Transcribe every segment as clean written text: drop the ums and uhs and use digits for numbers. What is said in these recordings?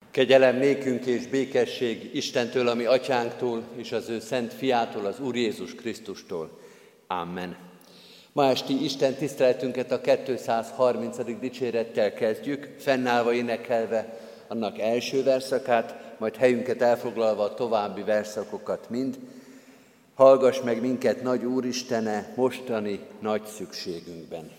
Kegyelem nékünk és békesség Istentől, a mi atyánktól, és az ő szent fiától, az Úr Jézus Krisztustól. Amen. Ma esti Isten tiszteletünket a 230. dicsérettel kezdjük, fennállva énekelve annak első verszakát, majd helyünket elfoglalva a további verszakokat mind. Hallgass meg minket, nagy Úristene, mostani nagy szükségünkben.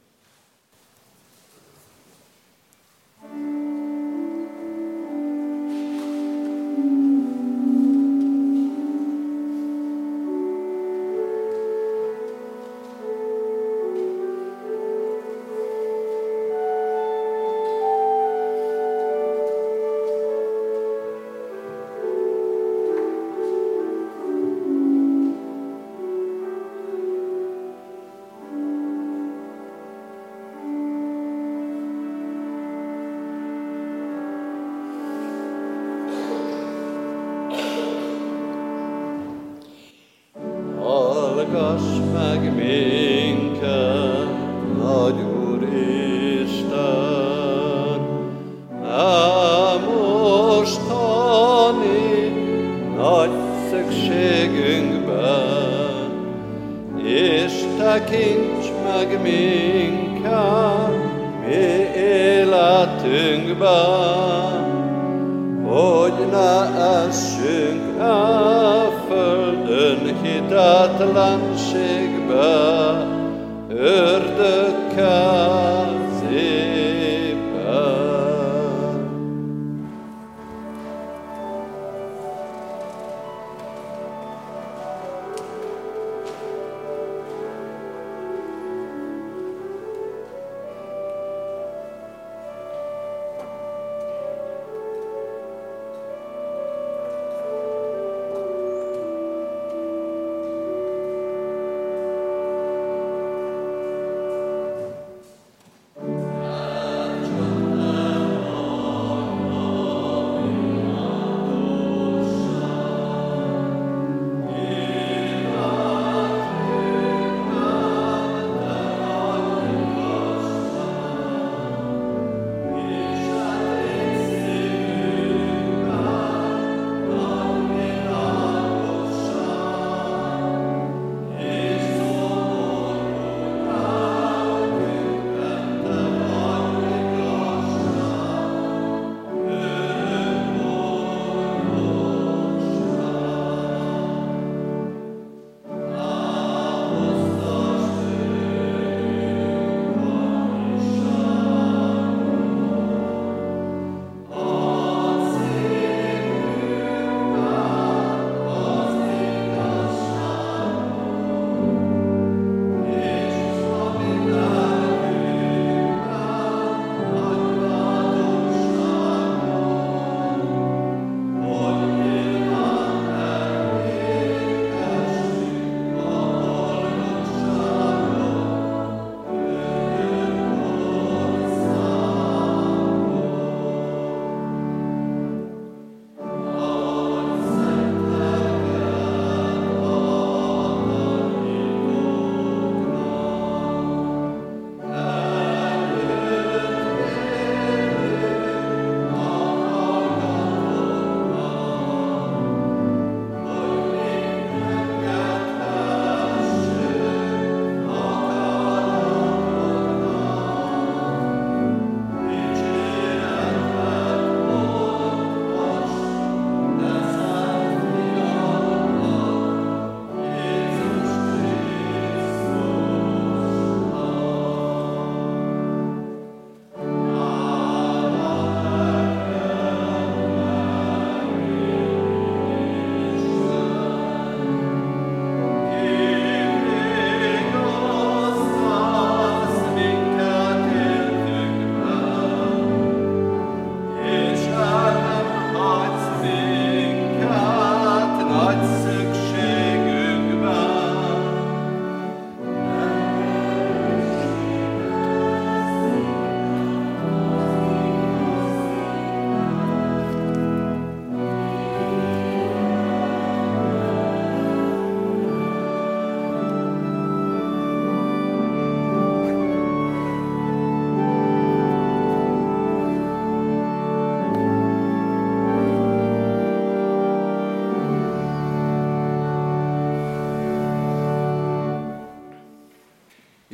Hallgass meg minket, nagy Úristen, mostani nagy szükségünkben, és tekints meg minket mi életünkben, hogy ne essünk el földön hitetlenségbe, ördög kezébe.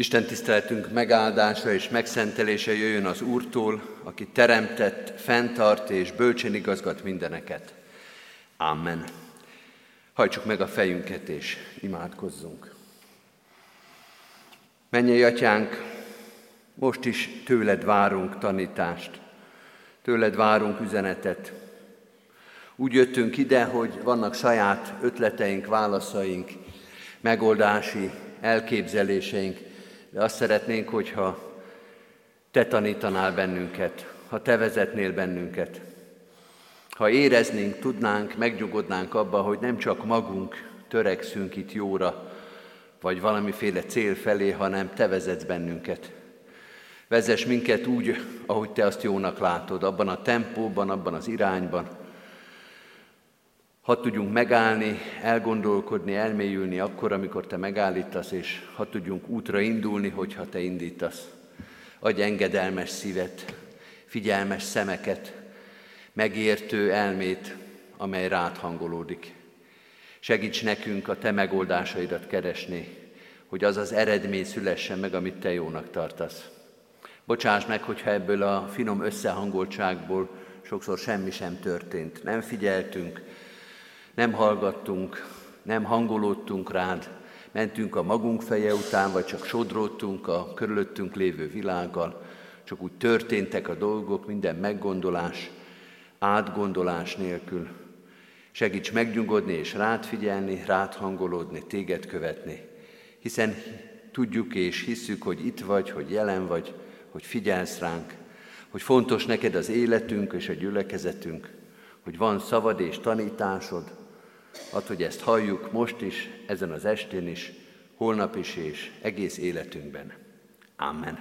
Isten tiszteletünk megáldása és megszentelése jöjjön az Úrtól, aki teremtett, fenntart és bölcsen igazgat mindeneket. Amen. Hajtsuk meg a fejünket és imádkozzunk. Mennyei Atyánk, most is tőled várunk tanítást, tőled várunk üzenetet. Úgy jöttünk ide, hogy vannak saját ötleteink, válaszaink, megoldási elképzeléseink, de azt szeretnénk, hogyha te tanítanál bennünket, ha te vezetnél bennünket. Ha éreznénk, tudnánk, megnyugodnánk abba, hogy nem csak magunk törekszünk itt jóra, vagy valamiféle cél felé, hanem te vezetsz bennünket. Vezess minket úgy, ahogy te azt jónak látod, abban a tempóban, abban az irányban. Hadd tudjunk megállni, elgondolkodni, elmélyülni akkor, amikor te megállítasz, és hadd tudjunk útra indulni, hogyha te indítasz. Adj engedelmes szívet, figyelmes szemeket, megértő elmét, amely rád hangolódik. Segíts nekünk a te megoldásaidat keresni, hogy az az eredmény szülessen meg, amit te jónak tartasz. Bocsáss meg, hogyha ebből a finom összehangoltságból sokszor semmi sem történt. Nem figyeltünk, nem hallgattunk, nem hangolódtunk rád, mentünk a magunk feje után, vagy csak sodródtunk a körülöttünk lévő világgal, csak úgy történtek a dolgok, minden meggondolás, átgondolás nélkül. Segíts megnyugodni és rád figyelni, rád hangolódni, téged követni, hiszen tudjuk és hisszük, hogy itt vagy, hogy jelen vagy, hogy figyelsz ránk, hogy fontos neked az életünk és a gyülekezetünk, hogy van szavad és tanításod, add, hogy ezt halljuk most is, ezen az estén is, holnap is és egész életünkben. Amen.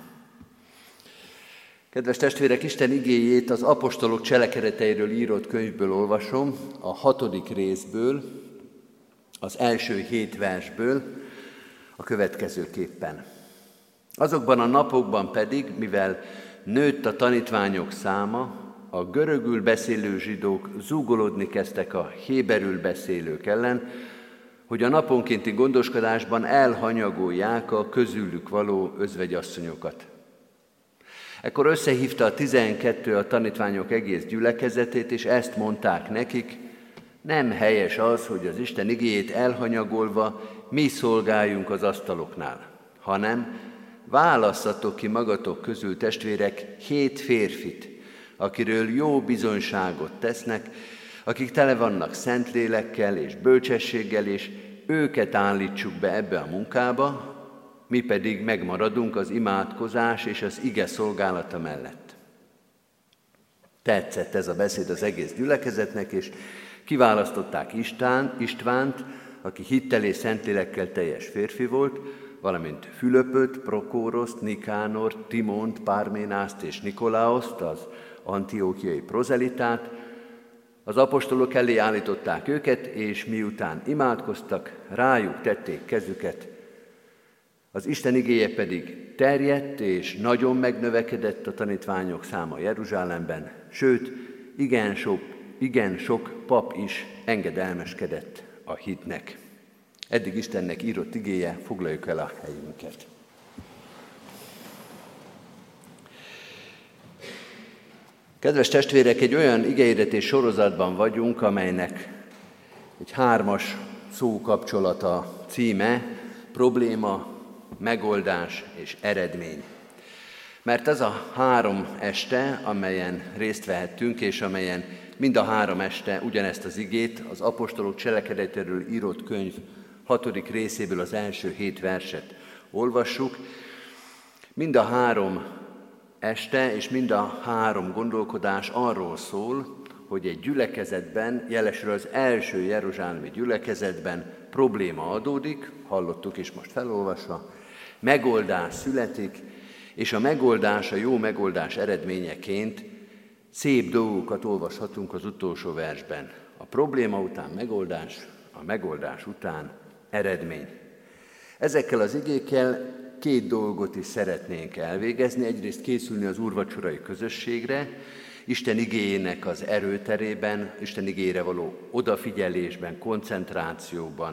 Kedves testvérek, Isten igéjét az apostolok cselekedeteiről írott könyvből olvasom, a 6. részből, az első 7 versből, a következőképpen. Azokban a napokban pedig, mivel nőtt a tanítványok száma, a görögül beszélő zsidók zúgolódni kezdtek a héberül beszélők ellen, hogy a naponkénti gondoskodásban elhanyagolják a közülük való özvegyasszonyokat. Ekkor összehívta a 12 a tanítványok egész gyülekezetét, és ezt mondták nekik: nem helyes az, hogy az Isten igéjét elhanyagolva mi szolgáljunk az asztaloknál, hanem válasszatok ki magatok közül, testvérek, 7 férfit, akiről jó bizonyságot tesznek, akik tele vannak Szentlélekkel és bölcsességgel, és őket állítsuk be ebbe a munkába, mi pedig megmaradunk az imádkozás és az ige szolgálata mellett. Tetszett ez a beszéd az egész gyülekezetnek, és kiválasztották Istvánt, aki hittel és Szentlélekkel teljes férfi volt, valamint Fülöpöt, Prokóroszt, Nikánort, Timont, Párménászt és Nikolaoszt, az antiókiai prozelitát. Az apostolok elé állították őket, és miután imádkoztak, rájuk tették kezüket. Az Isten igéje pedig terjedt, és nagyon megnövekedett a tanítványok száma Jeruzsálemben, sőt, igen sok pap is engedelmeskedett a hitnek. Eddig Istennek írott igéje, foglaljuk el a helyünket. Kedves testvérek, egy olyan igehirdetés sorozatban vagyunk, amelynek egy 3-as szókapcsolata címe: probléma, megoldás és eredmény. Mert ez a 3 este, amelyen részt vehettünk, és amelyen mind a 3 este ugyanezt az igét, az apostolok cselekedetéről írott könyv 6. részéből az első 7 verset olvassuk, mind a 3 este és mind a 3 gondolkodás arról szól, hogy egy gyülekezetben, jelesül az első jeruzsálemi gyülekezetben probléma adódik, hallottuk is most felolvasva, megoldás születik, és a megoldás, a jó megoldás eredményeként szép dolgokat olvashatunk az utolsó versben. A probléma után megoldás, a megoldás után eredmény. Ezekkel az igékkel 2 dolgot is szeretnénk elvégezni. Egyrészt készülni az úrvacsorai közösségre, Isten igéjének az erőterében, Isten igéjére való odafigyelésben, koncentrációban,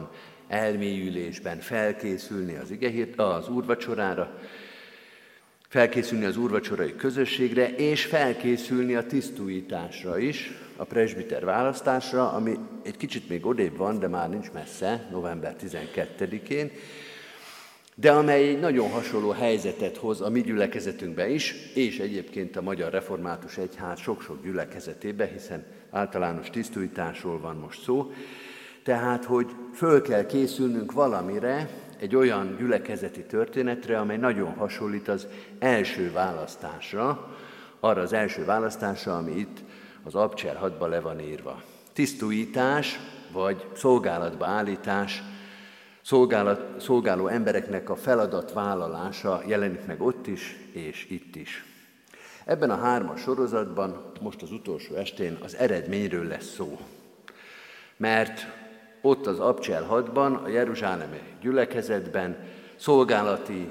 elmélyülésben felkészülni az úrvacsorára, felkészülni az úrvacsorai közösségre, és felkészülni a tisztújításra is, a presbiter választásra, ami egy kicsit még odébb van, de már nincs messze, november 12-én, de amely egy nagyon hasonló helyzetet hoz a mi gyülekezetünkbe is, és egyébként a Magyar Református Egyház sok-sok gyülekezetébe, hiszen általános tisztújításról van most szó. Tehát, hogy föl kell készülnünk valamire, egy olyan gyülekezeti történetre, amely nagyon hasonlít az első választásra, arra az első választásra, ami itt az Abcser 6-ban le van írva. Tisztújítás, vagy szolgálatba állítás, szolgáló embereknek a feladatvállalása jelenik meg ott is, és itt is. Ebben a 3-as sorozatban, most az utolsó estén az eredményről lesz szó. Mert ott az Abcser 6-ban, a jeruzsálemi gyülekezetben szolgálati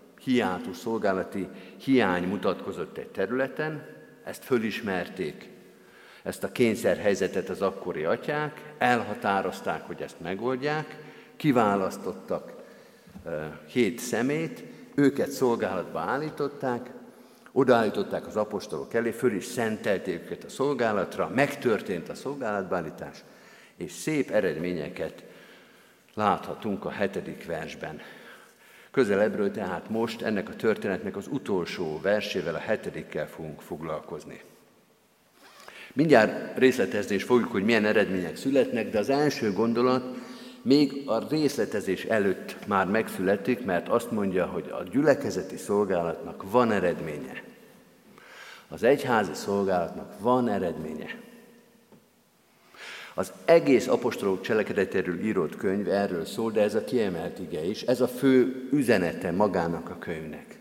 hiány mutatkozott egy területen, ezt fölismerték, ezt a kényszerhelyzetet az akkori atyák, elhatározták, hogy ezt megoldják, kiválasztottak 7 szemét, őket szolgálatba állították, odaállították az apostolok elé, föl is szentelték őket a szolgálatra, megtörtént a szolgálatbeállítás, és szép eredményeket láthatunk a 7. versben. Közelebbről tehát most ennek a történetnek az utolsó versével, a 7-kel fogunk foglalkozni. Mindjárt részletezni is fogjuk, hogy milyen eredmények születnek, de az első gondolat még a részletezés előtt már megszületik, mert azt mondja, hogy a gyülekezeti szolgálatnak van eredménye. Az egyházi szolgálatnak van eredménye. Az egész apostolok cselekedetéről írott könyv erről szól, de ez a kiemelt ige is, ez a fő üzenete magának a könyvnek.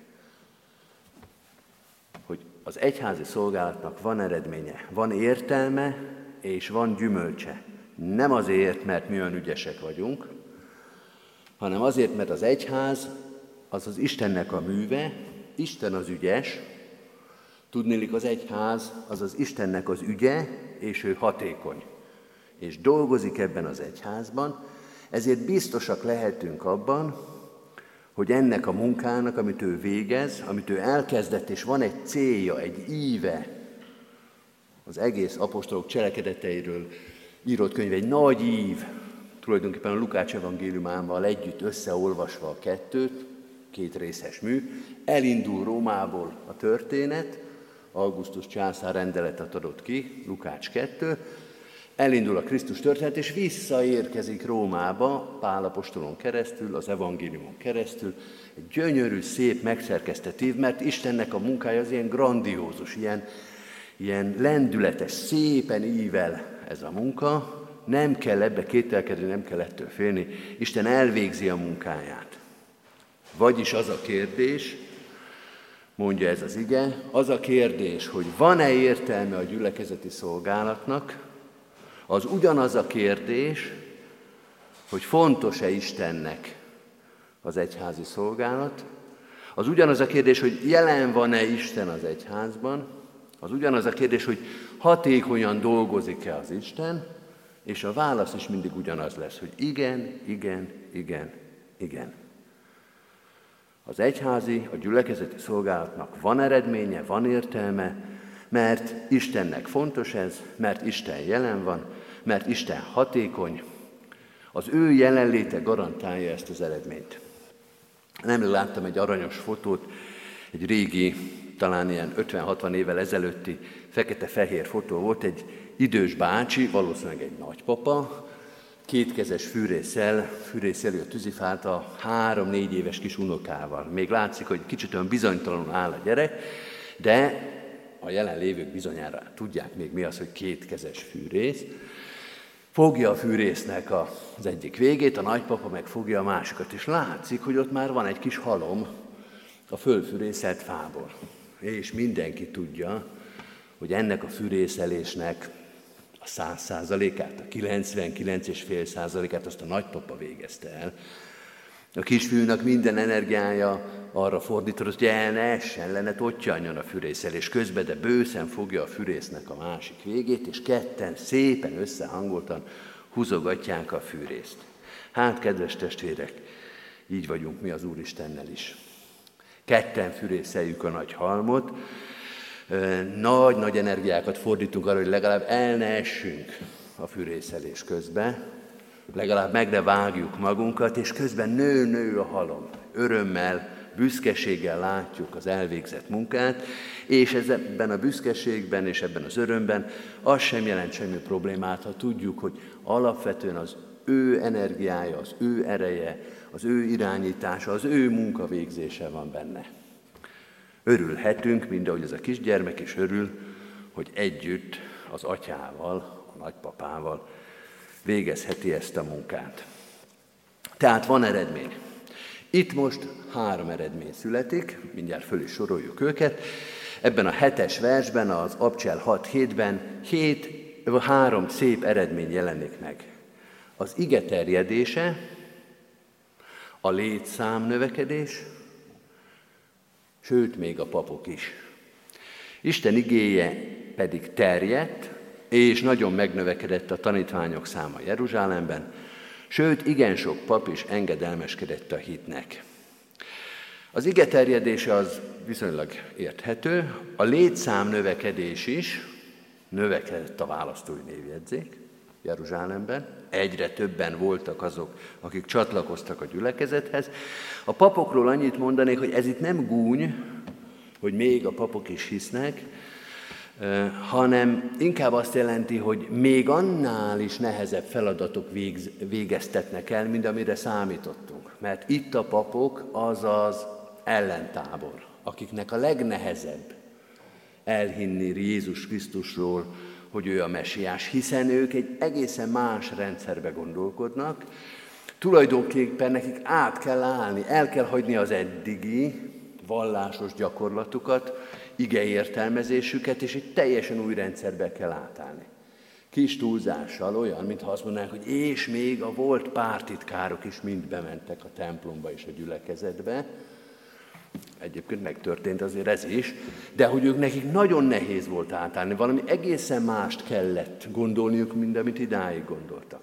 Hogy az egyházi szolgálatnak van eredménye, van értelme és van gyümölcse. Nem azért, mert mi olyan ügyesek vagyunk, hanem azért, mert az egyház az az Istennek a műve, Isten az ügyes, tudniillik az egyház az az Istennek az ügye, és ő hatékony. És dolgozik ebben az egyházban, ezért biztosak lehetünk abban, hogy ennek a munkának, amit ő végez, amit ő elkezdett, és van egy célja, egy íve, az egész apostolok cselekedeteiről írott könyv, egy nagy ív, tulajdonképpen a Lukács evangéliumával együtt összeolvasva a kettőt, 2 részes mű, elindul Rómából a történet, Augustus császár rendeletet adott ki, Lukács 2, elindul a Krisztus történet, és visszaérkezik Rómába, Pál apostolon keresztül, az evangéliumon keresztül, egy gyönyörű, szép, megszerkesztett ív, mert Istennek a munkája az ilyen grandiózus, ilyen lendületes, szépen ível ez a munka, nem kell ebbe kételkedni, nem kell ettől félni, Isten elvégzi a munkáját. Vagyis az a kérdés, mondja ez az ige, az a kérdés, hogy van-e értelme a gyülekezeti szolgálatnak, az ugyanaz a kérdés, hogy fontos-e Istennek az egyházi szolgálat, az ugyanaz a kérdés, hogy jelen van-e Isten az egyházban, az ugyanaz a kérdés, hogy hatékonyan dolgozik-e az Isten, és a válasz is mindig ugyanaz lesz, hogy igen, igen, igen, igen. Az egyházi, a gyülekezeti szolgálatnak van eredménye, van értelme, mert Istennek fontos ez, mert Isten jelen van, mert Isten hatékony, az ő jelenléte garantálja ezt az eredményt. Nemrég láttam egy aranyos fotót, egy régi, talán ilyen 50-60 évvel ezelőtti fekete-fehér fotó volt, egy idős bácsi, valószínűleg egy nagypapa, kétkezes fűrészeli a tűzifát a 3-4 éves kis unokával. Még látszik, hogy kicsit olyan bizonytalanul áll a gyerek, de a jelenlévők bizonyára tudják még mi az, hogy kétkezes fűrész. Fogja a fűrésznek az egyik végét, a nagypapa meg fogja a másikat, és látszik, hogy ott már van egy kis halom a fölfűrészelt fából. És mindenki tudja, hogy ennek a fűrészelésnek a 100%-át, a 99,5%-át azt a nagypapa végezte el. A kisfiúnak minden energiája arra fordított, hogy el ne essen le, ne tottyanjon a fűrészelés közben, de bőszen fogja a fűrésznek a másik végét, és ketten szépen összehangoltan húzogatják a fűrészt. Hát, kedves testvérek, így vagyunk mi az Úristennel is. Ketten fürészeljük a nagy halmot, nagy-nagy energiákat fordítunk arra, hogy legalább el ne essünk a fürészelés közben, legalább meg ne vágjuk magunkat, és közben nő a halom. Örömmel, büszkeséggel látjuk az elvégzett munkát, és ebben a büszkeségben és ebben az örömben az sem jelent semmi problémát, ha tudjuk, hogy alapvetően az ő energiája, az ő ereje, az ő irányítása, az ő munkavégzése van benne. Örülhetünk, mint ahogy ez a kisgyermek is örül, hogy együtt az atyával, a nagypapával végezheti ezt a munkát. Tehát van eredmény. Itt most 3 eredmény születik, mindjárt föl is soroljuk őket. Ebben a 7. versben, az Abcsel 6.7-ben 3 szép eredmény jelenik meg. Az ige terjedése, a létszám növekedés, sőt, még a papok is. Isten igéje pedig terjedt, és nagyon megnövekedett a tanítványok száma Jeruzsálemben, sőt, igen sok pap is engedelmeskedett a hitnek. Az ige terjedése az viszonylag érthető, a létszám növekedés is, növekedett a választói névjegyzék Jeruzsálemben, egyre többen voltak azok, akik csatlakoztak a gyülekezethez. A papokról annyit mondanék, hogy ez itt nem gúny, hogy még a papok is hisznek, hanem inkább azt jelenti, hogy még annál is nehezebb feladatok végeztetnek el, mint amire számítottunk. Mert itt a papok az az ellentábor, akiknek a legnehezebb elhinni Jézus Krisztusról, hogy ő a mesiás, hiszen ők egy egészen más rendszerbe gondolkodnak. Tulajdonképpen nekik át kell állni, el kell hagyni az eddigi vallásos gyakorlatukat, ige értelmezésüket, és egy teljesen új rendszerbe kell átállni. Kis túlzással olyan, mintha azt mondanák, hogy és még a volt pártitkárok is mind bementek a templomba és a gyülekezetbe. Egyébként megtörtént azért ez is, de hogy ők nekik nagyon nehéz volt átállni, valami egészen mást kellett gondolniuk, mint amit idáig gondoltak.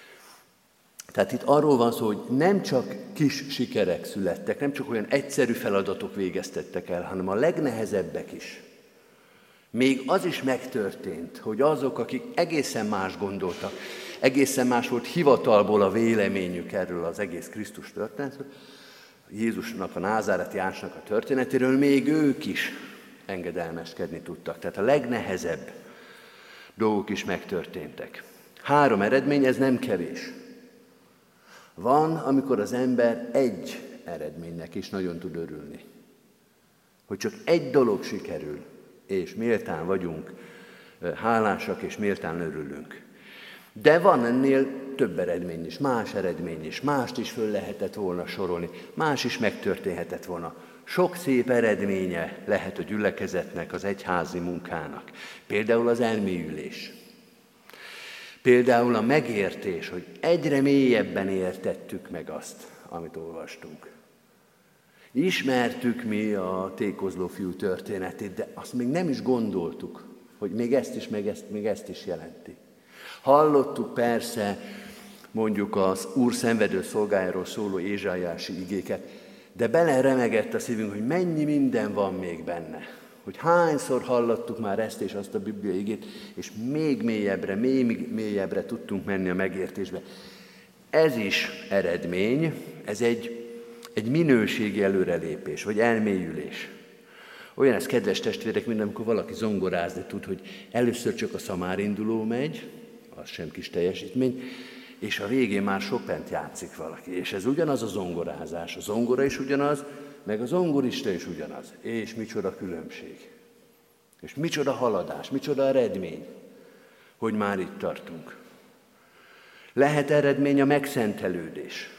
Tehát itt arról van szó, hogy nem csak kis sikerek születtek, nem csak olyan egyszerű feladatok végeztettek el, hanem a legnehezebbek is. Még az is megtörtént, hogy azok, akik egészen más gondoltak, egészen más volt hivatalból a véleményük erről az egész Krisztus történetről, Jézusnak, a názáreti Jánosnak a történetéről, még ők is engedelmeskedni tudtak. Tehát a legnehezebb dolgok is megtörténtek. 3 eredmény, ez nem kevés. Van, amikor az ember egy eredménynek is nagyon tud örülni. Hogy csak egy dolog sikerül, és méltán vagyunk hálásak, és méltán örülünk. De van ennél több eredmény is, más eredmény is, mást is föl lehetett volna sorolni, más is megtörténhetett volna. Sok szép eredménye lehet a gyülekezetnek, az egyházi munkának. Például az elmélyülés. Például a megértés, hogy egyre mélyebben értettük meg azt, amit olvastunk. Ismertük mi a tékozló fiú történetét, de azt még nem is gondoltuk, hogy még ezt is, még ezt is jelenti. Hallottuk persze mondjuk az Úr szenvedő szolgájáról szóló ézsaiási igéket, de beleremegett a szívünk, hogy mennyi minden van még benne. Hogy hányszor hallottuk már ezt és azt a bibliai igét, és még mélyebbre tudtunk menni a megértésbe. Ez is eredmény, ez egy minőségi előrelépés, vagy elmélyülés. Olyan ez, kedves testvérek, mint amikor valaki zongorázni tud, hogy először csak a szamárinduló megy, az sem kis teljesítmény, és a végén már Chopint játszik valaki. És ez ugyanaz a zongorázás. A zongora is ugyanaz, meg a zongorista is ugyanaz. És micsoda különbség. És micsoda haladás, micsoda eredmény, hogy már itt tartunk. Lehet eredmény a megszentelődés.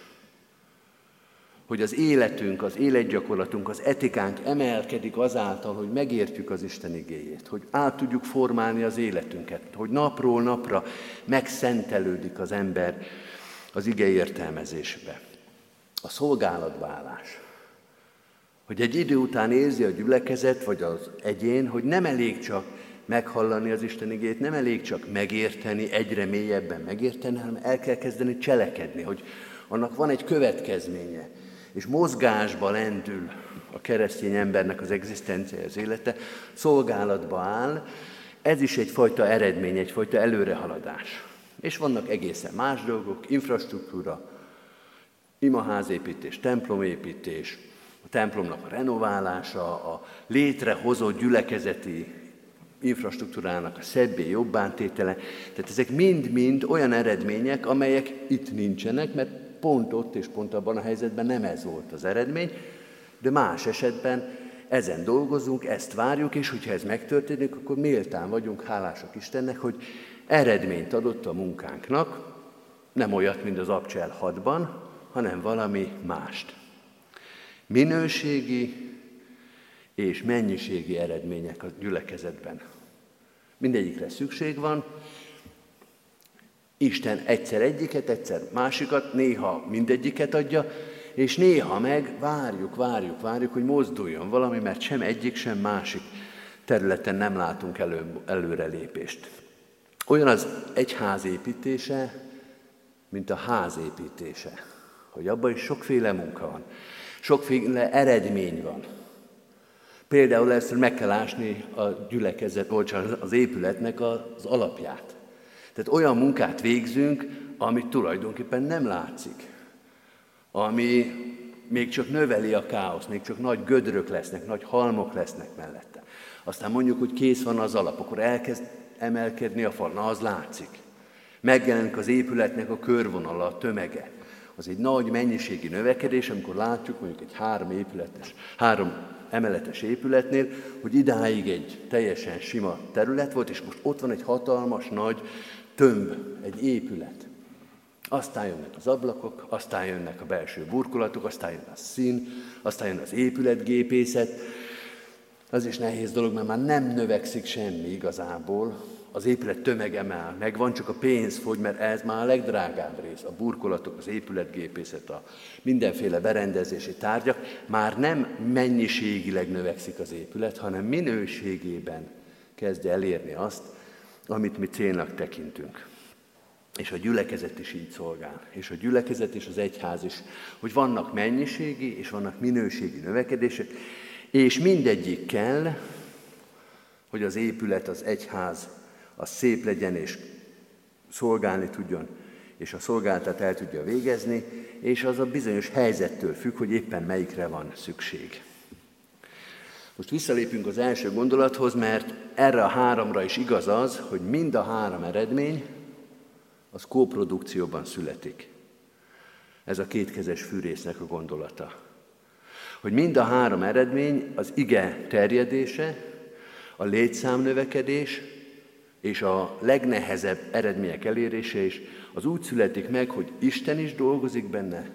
Hogy az életünk, az életgyakorlatunk, az etikánk emelkedik azáltal, hogy megértjük az Isten igéjét, hogy át tudjuk formálni az életünket, hogy napról napra megszentelődik az ember az ige értelmezésbe. A szolgálatválás. Hogy egy idő után érzi a gyülekezet, vagy az egyén, hogy nem elég csak meghallani az Isten igét, nem elég csak megérteni, egyre mélyebben megérteni, hanem el kell kezdeni cselekedni, hogy annak van egy következménye, és mozgásba lendül a keresztény embernek az egzisztenciája, az élete, szolgálatba áll. Ez is egyfajta eredmény, egyfajta előrehaladás. És vannak egészen más dolgok, infrastruktúra, imaházépítés, templomépítés, a templomnak a renoválása, a létrehozott gyülekezeti infrastruktúrának a szebbé, jobbá tétele. Tehát ezek mind-mind olyan eredmények, amelyek itt nincsenek, mert pont ott és pont abban a helyzetben nem ez volt az eredmény, de más esetben ezen dolgozunk, ezt várjuk, és hogyha ez megtörténik, akkor méltán vagyunk, hálásak Istennek, hogy eredményt adott a munkánknak, nem olyat, mint az Abcsel 6-ban, hanem valami mást. Minőségi és mennyiségi eredmények a gyülekezetben. Mindegyikre szükség van. Isten egyszer egyiket, egyszer másikat, néha mindegyiket adja, és néha meg várjuk, hogy mozduljon valami, mert sem egyik, sem másik területen nem látunk előrelépést. Olyan az egyház építése, mint a ház építése, hogy abban is sokféle munka van, sokféle eredmény van. Például először meg kell ásni az épületnek az alapját. Tehát olyan munkát végzünk, amit tulajdonképpen nem látszik, ami még csak növeli a káoszt, még csak nagy gödrök lesznek, nagy halmok lesznek mellette. Aztán mondjuk, hogy kész van az alap, akkor elkezd emelkedni a fal, na az látszik. Megjelenik az épületnek a körvonala, a tömege. Az egy nagy mennyiségi növekedés, amikor látjuk mondjuk egy 3 emeletes épületnél, hogy idáig egy teljesen sima terület volt, és most ott van egy hatalmas, nagy tömb, egy épület. Aztán jönnek az ablakok, aztán jönnek a belső burkolatok, aztán jön a szín, aztán jön az épületgépészet. Az is nehéz dolog, mert már nem növekszik semmi igazából. Az épület tömege már megvan, csak a pénz fogy, mert ez már a legdrágább rész. A burkolatok, az épületgépészet, a mindenféle berendezési tárgyak. Már nem mennyiségileg növekszik az épület, hanem minőségében kezdje elérni azt, amit mi célnak tekintünk. És a gyülekezet is így szolgál. És a gyülekezet és az egyház is, hogy vannak mennyiségi és vannak minőségi növekedések, és mindegyik kell, hogy az épület, az egyház, az szép legyen és szolgálni tudjon, és a szolgálatát el tudja végezni, és az a bizonyos helyzettől függ, hogy éppen melyikre van szükség. Most visszalépünk az első gondolathoz, mert erre a 3-ra is igaz az, hogy mind a 3 eredmény az kóprodukcióban születik. Ez a kétkezes fűrésznek a gondolata. Hogy mind a 3 eredmény, az ige terjedése, a létszámnövekedés és a legnehezebb eredmények elérése is az úgy születik meg, hogy Isten is dolgozik benne,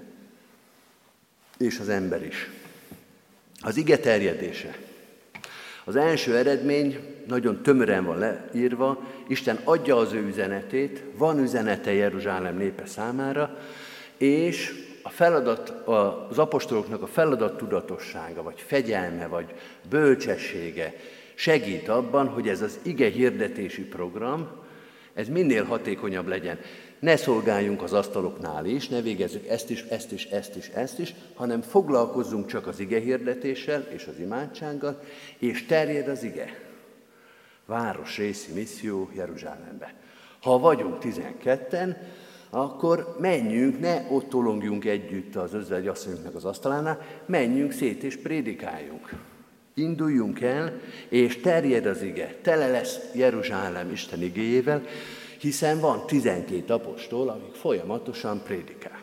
és az ember is. Az ige terjedése. Az első eredmény nagyon tömören van leírva, Isten adja az ő üzenetét, van üzenete Jeruzsálem népe számára, és az apostoloknak a feladat tudatossága, vagy fegyelme, vagy bölcsessége segít abban, hogy ez az ige hirdetési program, ez minél hatékonyabb legyen. Ne szolgáljunk az asztaloknál is, ne végezzük ezt is, hanem foglalkozzunk csak az ige hirdetéssel és az imádsággal, és terjed az ige. Városrészi misszió Jeruzsálembe. Ha vagyunk 12-en, akkor menjünk, ne ott tolongjunk együtt az özvegyasszonyunknak az asztalánál, menjünk szét és prédikáljunk. Induljunk el, és terjed az ige. Tele lesz Jeruzsálem Isten igéjével, hiszen van 12 apostol, akik folyamatosan prédikál.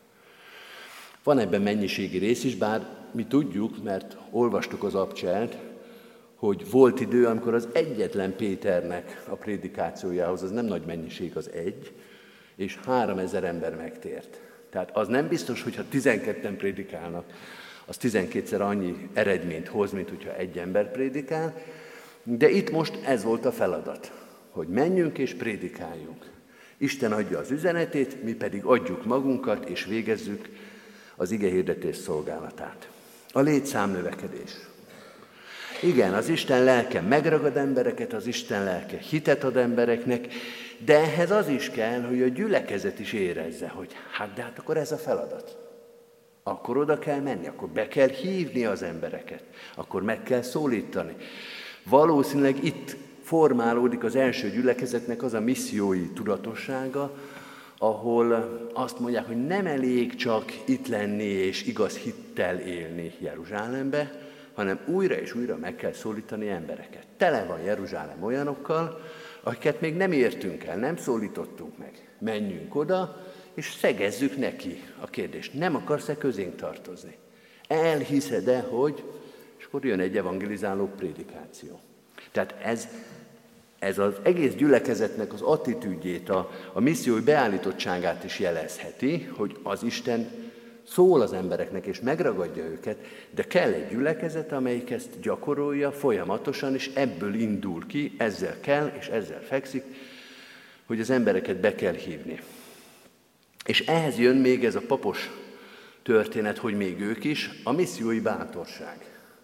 Van ebben mennyiségi rész is, bár mi tudjuk, mert olvastuk az Abcselt, hogy volt idő, amikor az egyetlen Péternek a prédikációjához, az nem nagy mennyiség, az egy, és 3000 ember megtért. Tehát az nem biztos, hogyha 12-en prédikálnak, az 12-szer annyi eredményt hoz, mint hogyha egy ember prédikál, de itt most ez volt a feladat, hogy menjünk és prédikáljunk. Isten adja az üzenetét, mi pedig adjuk magunkat, és végezzük az igehirdetés szolgálatát. A létszámnövekedés. Igen, az Isten lelke megragad embereket, az Isten lelke hitet ad embereknek, de ehhez az is kell, hogy a gyülekezet is érezze, hogy hát akkor ez a feladat. Akkor oda kell menni, akkor be kell hívni az embereket, akkor meg kell szólítani. Valószínűleg itt formálódik az első gyülekezetnek az a missziói tudatossága, ahol azt mondják, hogy nem elég csak itt lenni és igaz hittel élni Jeruzsálembe, hanem újra és újra meg kell szólítani embereket. Tele van Jeruzsálem olyanokkal, akiket még nem értünk el, nem szólítottunk meg. Menjünk oda, és szegezzük neki a kérdést. Nem akarsz-e közénk tartozni? Elhiszed-e, hogy... És akkor jön egy evangelizáló prédikáció. Tehát ez az egész gyülekezetnek az attitűdjét, a missziói beállítottságát is jelezheti, hogy az Isten szól az embereknek és megragadja őket, de kell egy gyülekezet, amelyik ezt gyakorolja folyamatosan, és ebből indul ki, ezzel kell és ezzel fekszik, hogy az embereket be kell hívni. És ehhez jön még ez a papos történet, hogy még ők is, a missziói bátorság.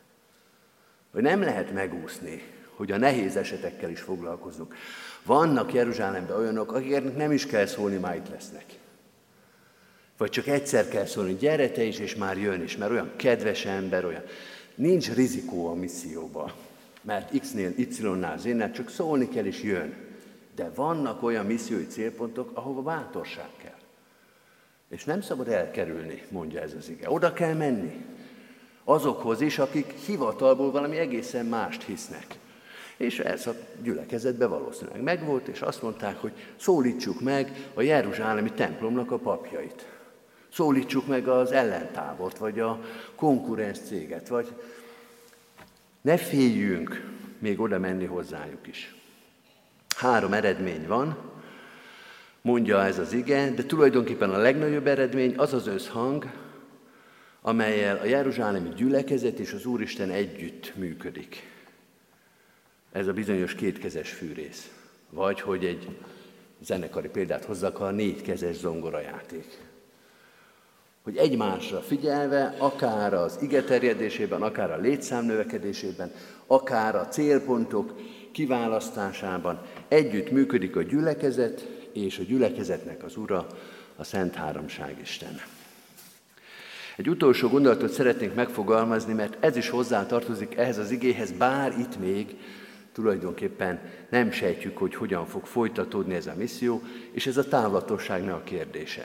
Hogy nem lehet megúszni, hogy a nehéz esetekkel is foglalkozunk. Vannak Jeruzsálemben olyanok, akiknek nem is kell szólni, már itt lesznek. Vagy csak egyszer kell szólni, gyere te is, és már jön is, mert olyan kedves ember, olyan. Nincs rizikó a misszióban, mert X-nél, Y-nál, Z-nél csak szólni kell, és jön. De vannak olyan missziói célpontok, ahova bátorság kell. És nem szabad elkerülni, mondja ez az ige. Oda kell menni. Azokhoz is, akik hivatalból valami egészen mást hisznek. És ez a gyülekezetben valószínűleg megvolt, és azt mondták, hogy szólítsuk meg a jeruzsálemi templomnak a papjait. Szólítsuk meg az ellentábort, vagy a konkurens céget, vagy ne féljünk még oda menni hozzájuk is. 3 eredmény van, mondja ez az ige, de tulajdonképpen a legnagyobb eredmény az az összhang, amellyel a jeruzsálemi gyülekezet és az Úristen együtt működik. Ez a bizonyos 2 kezes fűrész. Vagy, hogy egy zenekari példát hozzak, a 4 kezes zongorajáték. Hogy egymásra figyelve, akár az ige terjedésében, akár a létszám növekedésében, akár a célpontok kiválasztásában együtt működik a gyülekezet, és a gyülekezetnek az Ura, a Szent Háromság Isten. Egy utolsó gondolatot szeretnénk megfogalmazni, mert ez is hozzátartozik ehhez az igéhez, bár itt még tulajdonképpen nem sejtjük, hogy hogyan fog folytatódni ez a misszió, és ez a távlatosságnak a kérdése.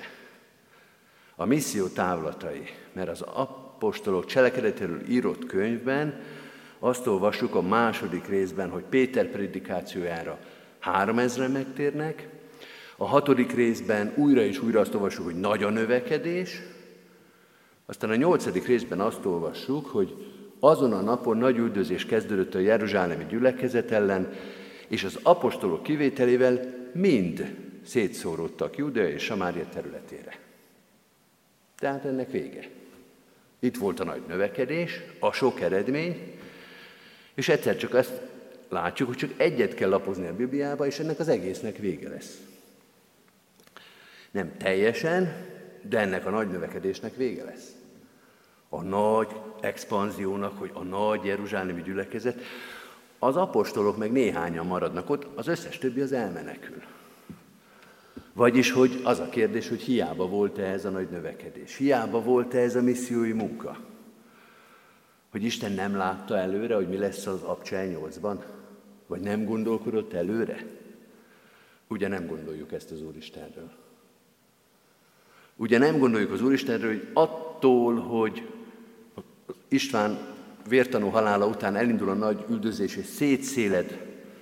A misszió távlatai, mert az apostolok cselekedetéről írott könyvben azt olvassuk a 2. részben, hogy Péter prédikációjára 3000-en megtérnek, a 6. részben újra és újra azt olvassuk, hogy nagy a növekedés, aztán a 8. részben azt olvassuk, hogy azon a napon nagy üldözés kezdődött a jeruzsálemi gyülekezet ellen, és az apostolok kivételével mind szétszóródtak Judea és Samária területére. Tehát ennek vége. Itt volt a nagy növekedés, a sok eredmény, és egyszer csak azt látjuk, hogy csak egyet kell lapozni a Bibliába, és ennek az egésznek vége lesz. Nem teljesen, de ennek a nagy növekedésnek vége lesz. A nagy expanziónak, hogy a nagy jeruzsálemi gyülekezet, az apostolok meg néhányan maradnak ott, az összes többi az elmenekül. Vagyis, hogy az a kérdés, hogy hiába volt-e ez a nagy növekedés, hiába volt-e ez a missziói munka, hogy Isten nem látta előre, hogy mi lesz az Abcsel 8-ban, vagy nem gondolkodott előre. Ugye nem gondoljuk ezt az Úristenről. Ugye nem gondoljuk az Úristenről, hogy attól, hogy István vértanú halála után elindul a nagy üldözés, és szétszéled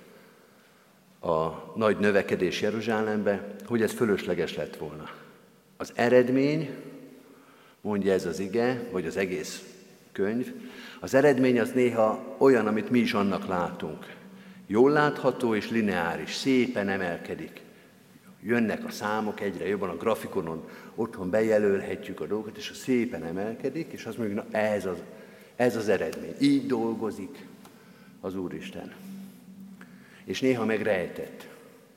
a nagy növekedés Jeruzsálembe, hogy ez fölösleges lett volna. Az eredmény, mondja ez az ige, vagy az egész könyv, az eredmény az néha olyan, amit mi is annak látunk. Jól látható és lineáris, szépen emelkedik. Jönnek a számok egyre jobban, a grafikonon otthon bejelölhetjük a dolgokat, és szépen emelkedik, és azt mondjuk, na ez az eredmény. Így dolgozik az Úristen. És néha meg rejtett.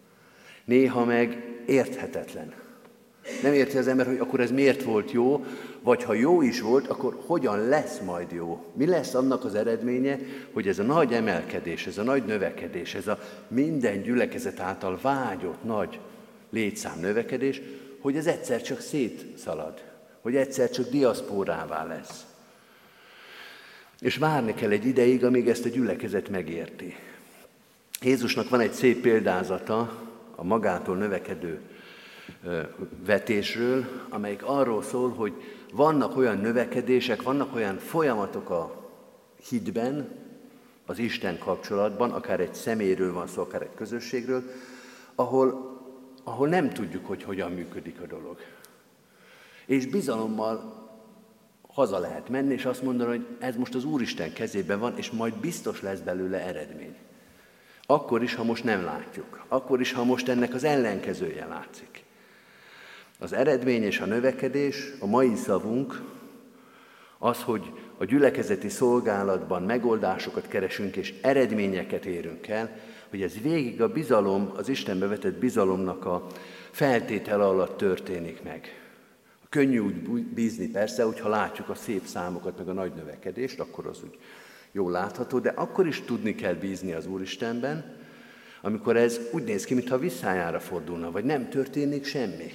Néha meg érthetetlen. Nem érti az ember, hogy akkor ez miért volt jó, vagy ha jó is volt, akkor hogyan lesz majd jó? Mi lesz annak az eredménye, hogy ez a nagy emelkedés, ez a nagy növekedés, ez a minden gyülekezet által vágyott nagy létszám növekedés, hogy ez egyszer csak szétszalad, hogy egyszer csak diaszpórává lesz. És várni kell egy ideig, amíg ezt a gyülekezet megérti. Jézusnak van egy szép példázata a magától növekedő vetésről, amelyik arról szól, hogy vannak olyan növekedések, vannak olyan folyamatok a hitben, az Isten kapcsolatban, akár egy személyről van szó, akár egy közösségről, ahol nem tudjuk, hogy hogyan működik a dolog. És bizalommal haza lehet menni, és azt mondani, hogy ez most az Úristen kezében van, és majd biztos lesz belőle eredmény. Akkor is, ha most nem látjuk. Akkor is, ha most ennek az ellenkezője látszik. Az eredmény és a növekedés, a mai szavunk az, hogy a gyülekezeti szolgálatban megoldásokat keresünk és eredményeket érünk el, hogy ez végig a bizalom, az Istenbe vetett bizalomnak a feltétele alatt történik meg. Könnyű úgy bízni persze, hogyha látjuk a szép számokat, meg a nagy növekedést, akkor az úgy jól látható, de akkor is tudni kell bízni az Úristenben, amikor ez úgy néz ki, mintha visszájára fordulna, vagy nem történik semmi.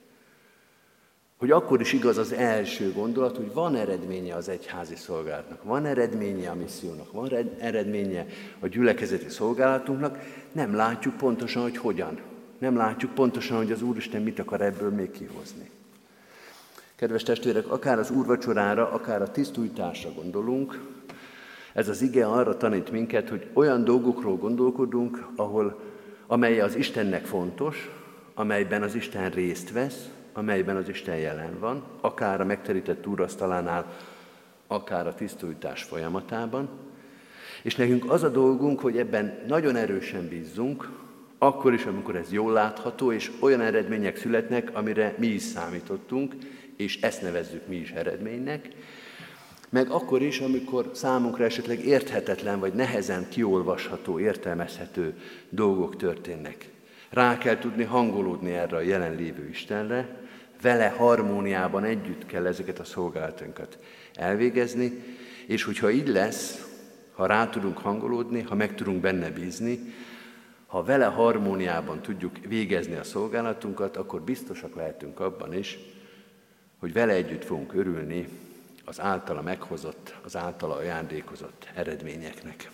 Hogy akkor is igaz az első gondolat, hogy van eredménye az egyházi szolgálatnak, van eredménye a missziónak, van eredménye a gyülekezeti szolgálatunknak, nem látjuk pontosan, hogy hogyan. Nem látjuk pontosan, hogy az Úristen mit akar ebből még kihozni. Kedves testvérek, akár az úrvacsorára, akár a tisztújtásra gondolunk, ez az ige arra tanít minket, hogy olyan dolgokról gondolkodunk, amely az Istennek fontos, amelyben az Isten részt vesz, amelyben az Isten jelen van, akár a megterített úrasztalánál, akár a tisztújtás folyamatában. És nekünk az a dolgunk, hogy ebben nagyon erősen bízzunk, akkor is, amikor ez jól látható, és olyan eredmények születnek, amire mi is számítottunk, és ezt nevezzük mi is eredménynek, meg akkor is, amikor számunkra esetleg érthetetlen, vagy nehezen kiolvasható, értelmezhető dolgok történnek. Rá kell tudni hangolódni erre a jelenlévő Istenre, vele harmóniában együtt kell ezeket a szolgálatunkat elvégezni, és hogyha így lesz, ha rá tudunk hangolódni, ha meg tudunk benne bízni, ha vele harmóniában tudjuk végezni a szolgálatunkat, akkor biztosak lehetünk abban is, hogy vele együtt fogunk örülni az általa meghozott, az általa ajándékozott eredményeknek.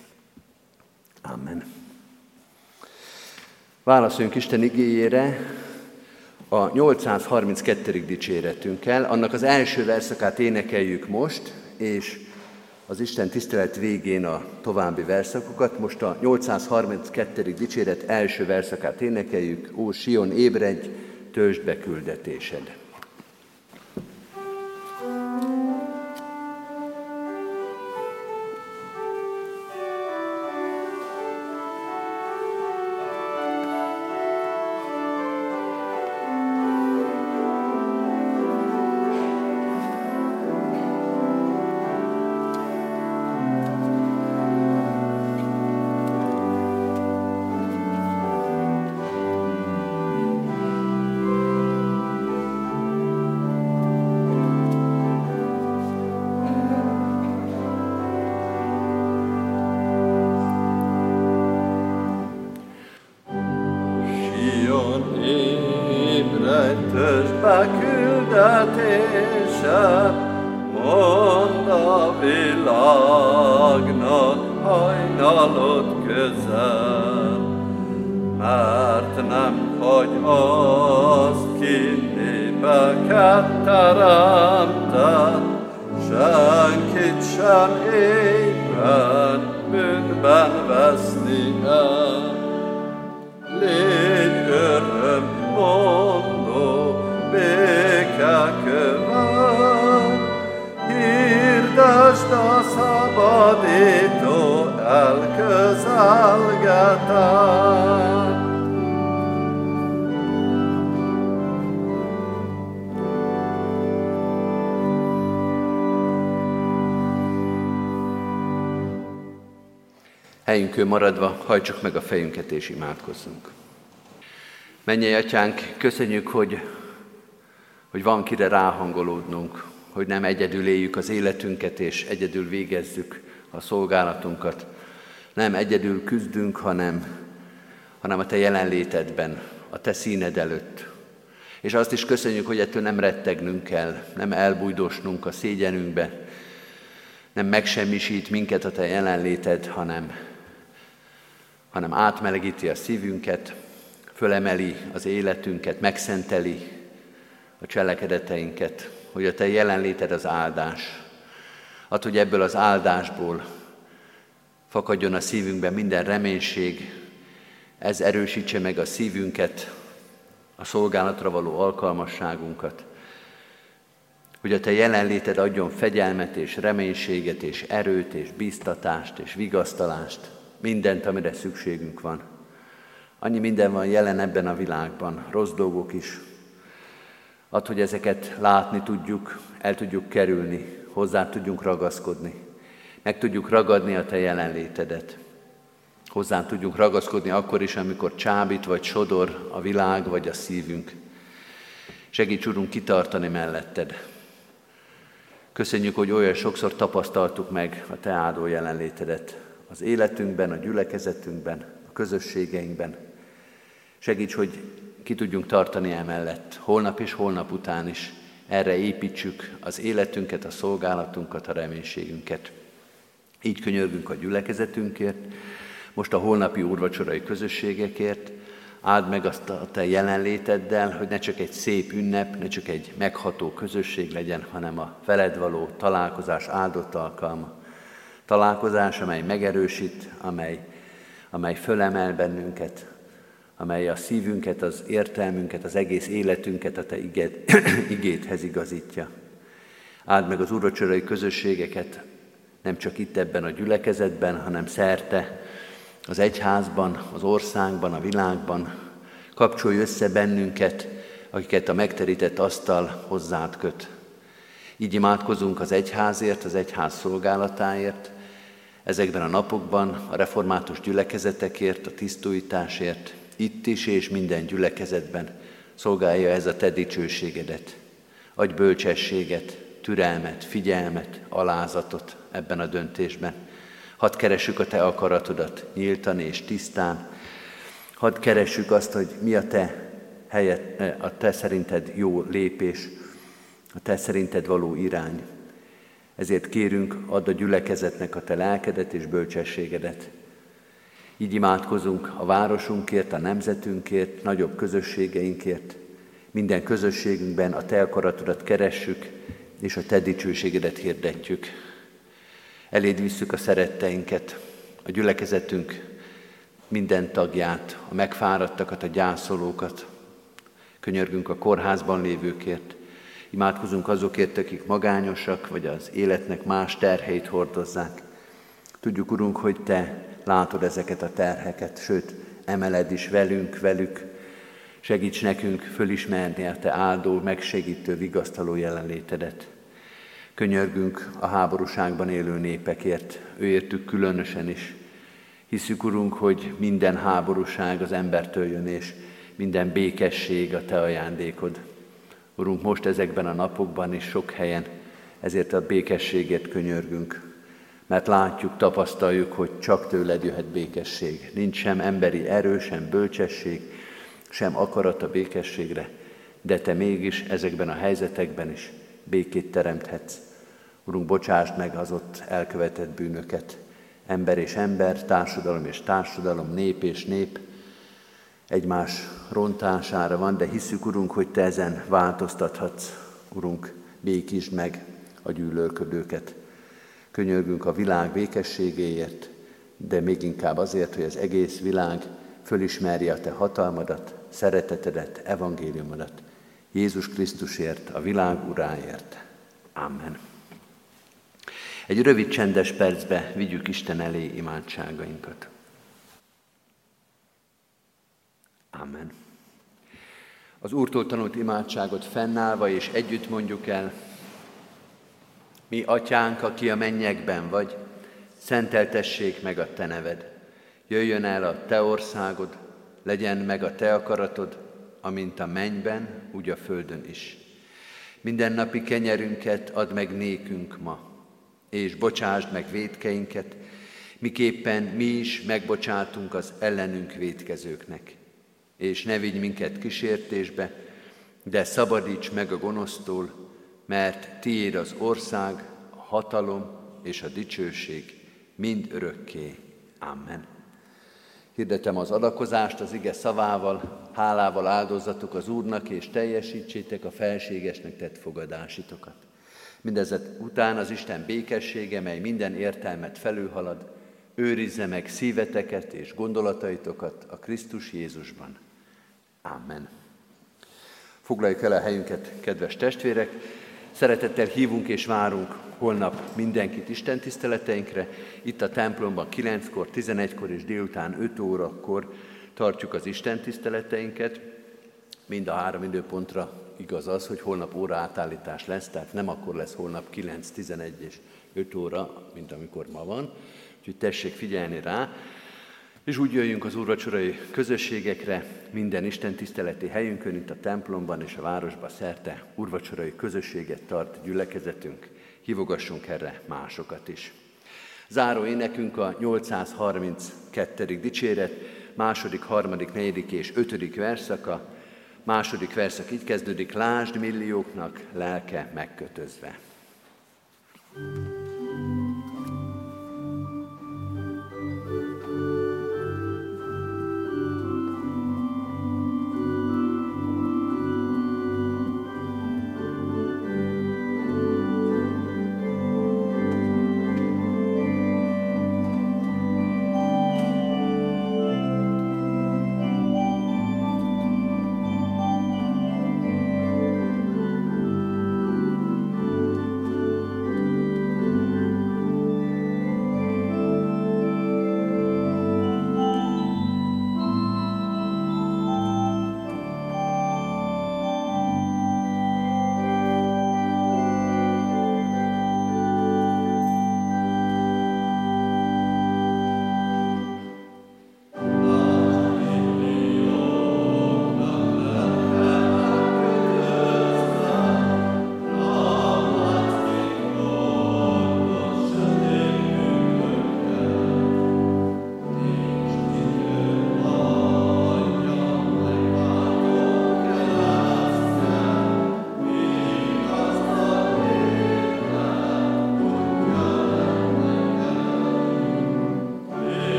Amen. Válaszoljunk Isten igéjére a 832. dicséretünkkel. Annak az első verszakát énekeljük most, és az Isten tisztelet végén a további verszakokat. Most a 832. dicséret első verszakát énekeljük. Ó, Sion, ébredj, töltsd be küldetésed! Töltsd be küldetésed, mondd a világnak, hajnalod közel, mert nem hagy azt ki népeket teremtett, senkit sem ébred bűnben veszni el. Légy örömmondó, békekövet, hirdesd a szabadító elközelgetett. Helyünkön maradva hajtsuk meg a fejünket és imádkozzunk. Mennyei Atyánk, köszönjük, hogy van kire ráhangolódnunk, hogy nem egyedül éljük az életünket, és egyedül végezzük a szolgálatunkat. Nem egyedül küzdünk, hanem a Te jelenlétedben, a Te színed előtt. És azt is köszönjük, hogy ettől nem rettegnünk kell, nem elbújdosnunk a szégyenünkbe, nem megsemmisít minket a Te jelenléted, hanem átmelegíti a szívünket, fölemeli az életünket, megszenteli a cselekedeteinket, hogy a Te jelenléted az áldás. Add, hogy ebből az áldásból fakadjon a szívünkben minden reménység, ez erősítse meg a szívünket, a szolgálatra való alkalmasságunkat, hogy a Te jelenléted adjon fegyelmet és reménységet és erőt és bíztatást és vigasztalást, mindent, amire szükségünk van. Annyi minden van jelen ebben a világban, rossz dolgok is. Add, hogy ezeket látni tudjuk, el tudjuk kerülni, hozzá tudjunk ragaszkodni, meg tudjuk ragadni a Te jelenlétedet. Hozzá tudjunk ragaszkodni akkor is, amikor csábít vagy sodor a világ vagy a szívünk. Segíts, Urunk, kitartani melletted. Köszönjük, hogy olyan sokszor tapasztaltuk meg a Te áldó jelenlétedet az életünkben, a gyülekezetünkben, a közösségeinkben. Segíts, hogy ki tudjunk tartani emellett, holnap és holnap után is. Erre építsük az életünket, a szolgálatunkat, a reménységünket. Így könyörgünk a gyülekezetünkért, most a holnapi úrvacsorai közösségekért. Áld meg azt a Te jelenléteddel, hogy ne csak egy szép ünnep, ne csak egy megható közösség legyen, hanem a veled való találkozás áldott alkalma. Találkozás, amely megerősít, amely fölemel bennünket, amely a szívünket, az értelmünket, az egész életünket a Te igédhez igazítja. Áld meg az úrvacsorai közösségeket, nem csak itt ebben a gyülekezetben, hanem szerte, az egyházban, az országban, a világban. Kapcsolj össze bennünket, akiket a megterített asztal hozzád köt. Így imádkozunk az egyházért, az egyház szolgálatáért, ezekben a napokban a református gyülekezetekért, a tisztújításért, itt is és minden gyülekezetben szolgálja ez a Te dicsőségedet. Adj bölcsességet, türelmet, figyelmet, alázatot ebben a döntésben. Hadd keressük a Te akaratodat nyíltan és tisztán. Hadd keressük azt, hogy mi a Te szerinted jó lépés, a Te szerinted való irány. Ezért kérünk, add a gyülekezetnek a Te lelkedet és bölcsességedet. Így imádkozunk a városunkért, a nemzetünkért, nagyobb közösségeinkért. Minden közösségünkben a Te akaratodat keressük, és a Te dicsőségedet hirdetjük. Eléd visszük a szeretteinket, a gyülekezetünk minden tagját, a megfáradtakat, a gyászolókat. Könyörgünk a kórházban lévőkért. Imádkozunk azokért, akik magányosak, vagy az életnek más terheit hordozzák. Tudjuk, Urunk, hogy Te látod ezeket a terheket, sőt, emeled is velük. Segíts nekünk fölismerni a Te áldó, megsegítő, vigasztaló jelenlétedet. Könyörgünk a háborúságban élő népekért, őértük különösen is. Hiszük, Urunk, hogy minden háborúság az embertől jön, és minden békesség a Te ajándékod. Urunk, most ezekben a napokban is sok helyen ezért a békességért könyörgünk, mert látjuk, tapasztaljuk, hogy csak tőled jöhet békesség. Nincs sem emberi erő, sem bölcsesség, sem akarat a békességre, de Te mégis ezekben a helyzetekben is békét teremthetsz. Urunk, bocsásd meg az ott elkövetett bűnöket. Ember és ember, társadalom és társadalom, nép és nép egymás rontására van, de hiszük, Urunk, hogy Te ezen változtathatsz. Urunk, békítsd meg a gyűlölködőket. Könyörgünk a világ békességéért, de még inkább azért, hogy az egész világ fölismerje a Te hatalmadat, szeretetedet, evangéliumodat. Jézus Krisztusért, a világ uráért. Amen. Egy rövid csendes percbe vigyük Isten elé imádságainkat. Amen. Az Úrtól tanult imádságot fennállva és együtt mondjuk el. Mi, Atyánk, aki a mennyekben vagy, szenteltessék meg a Te neved. Jöjjön el a Te országod, legyen meg a Te akaratod, amint a mennyben, úgy a földön is. Mindennapi kenyerünket add meg nékünk ma, és bocsásd meg vétkeinket, miképpen mi is megbocsátunk az ellenünk vétkezőknek. És ne vigy minket kísértésbe, de szabadíts meg a gonosztól, mert tiéd az ország, a hatalom és a dicsőség mind örökké. Amen. Hirdetem az adakozást az ige szavával, hálával áldozzatok az Úrnak, és teljesítsétek a felségesnek tett fogadásitokat. Mindezek után az Isten békessége, mely minden értelmet felülhalad, őrizze meg szíveteket és gondolataitokat a Krisztus Jézusban. Amen. Foglaljuk el a helyünket, kedves testvérek! Szeretettel hívunk és várunk holnap mindenkit Isten tiszteleteinkre. Itt a templomban 9-kor, 11-kor és délután 5 órakor tartjuk az Isten tiszteleteinket. Mind a 3 időpontra igaz az, hogy holnap óraátállítás lesz, tehát nem akkor lesz holnap 9, 11 és 5 óra, mint amikor ma van. Úgyhogy tessék figyelni rá. És úgy jöjjünk az úrvacsorai közösségekre, minden Isten tiszteleti helyünkön, itt a templomban és a városban szerte úrvacsorai közösséget tart gyülekezetünk. Hívogassunk erre másokat is. Záró énekünk a 832. dicséret, 2., 3., 4. és 5. verszaka. Második verszak így kezdődik: lásd millióknak lelke megkötözve.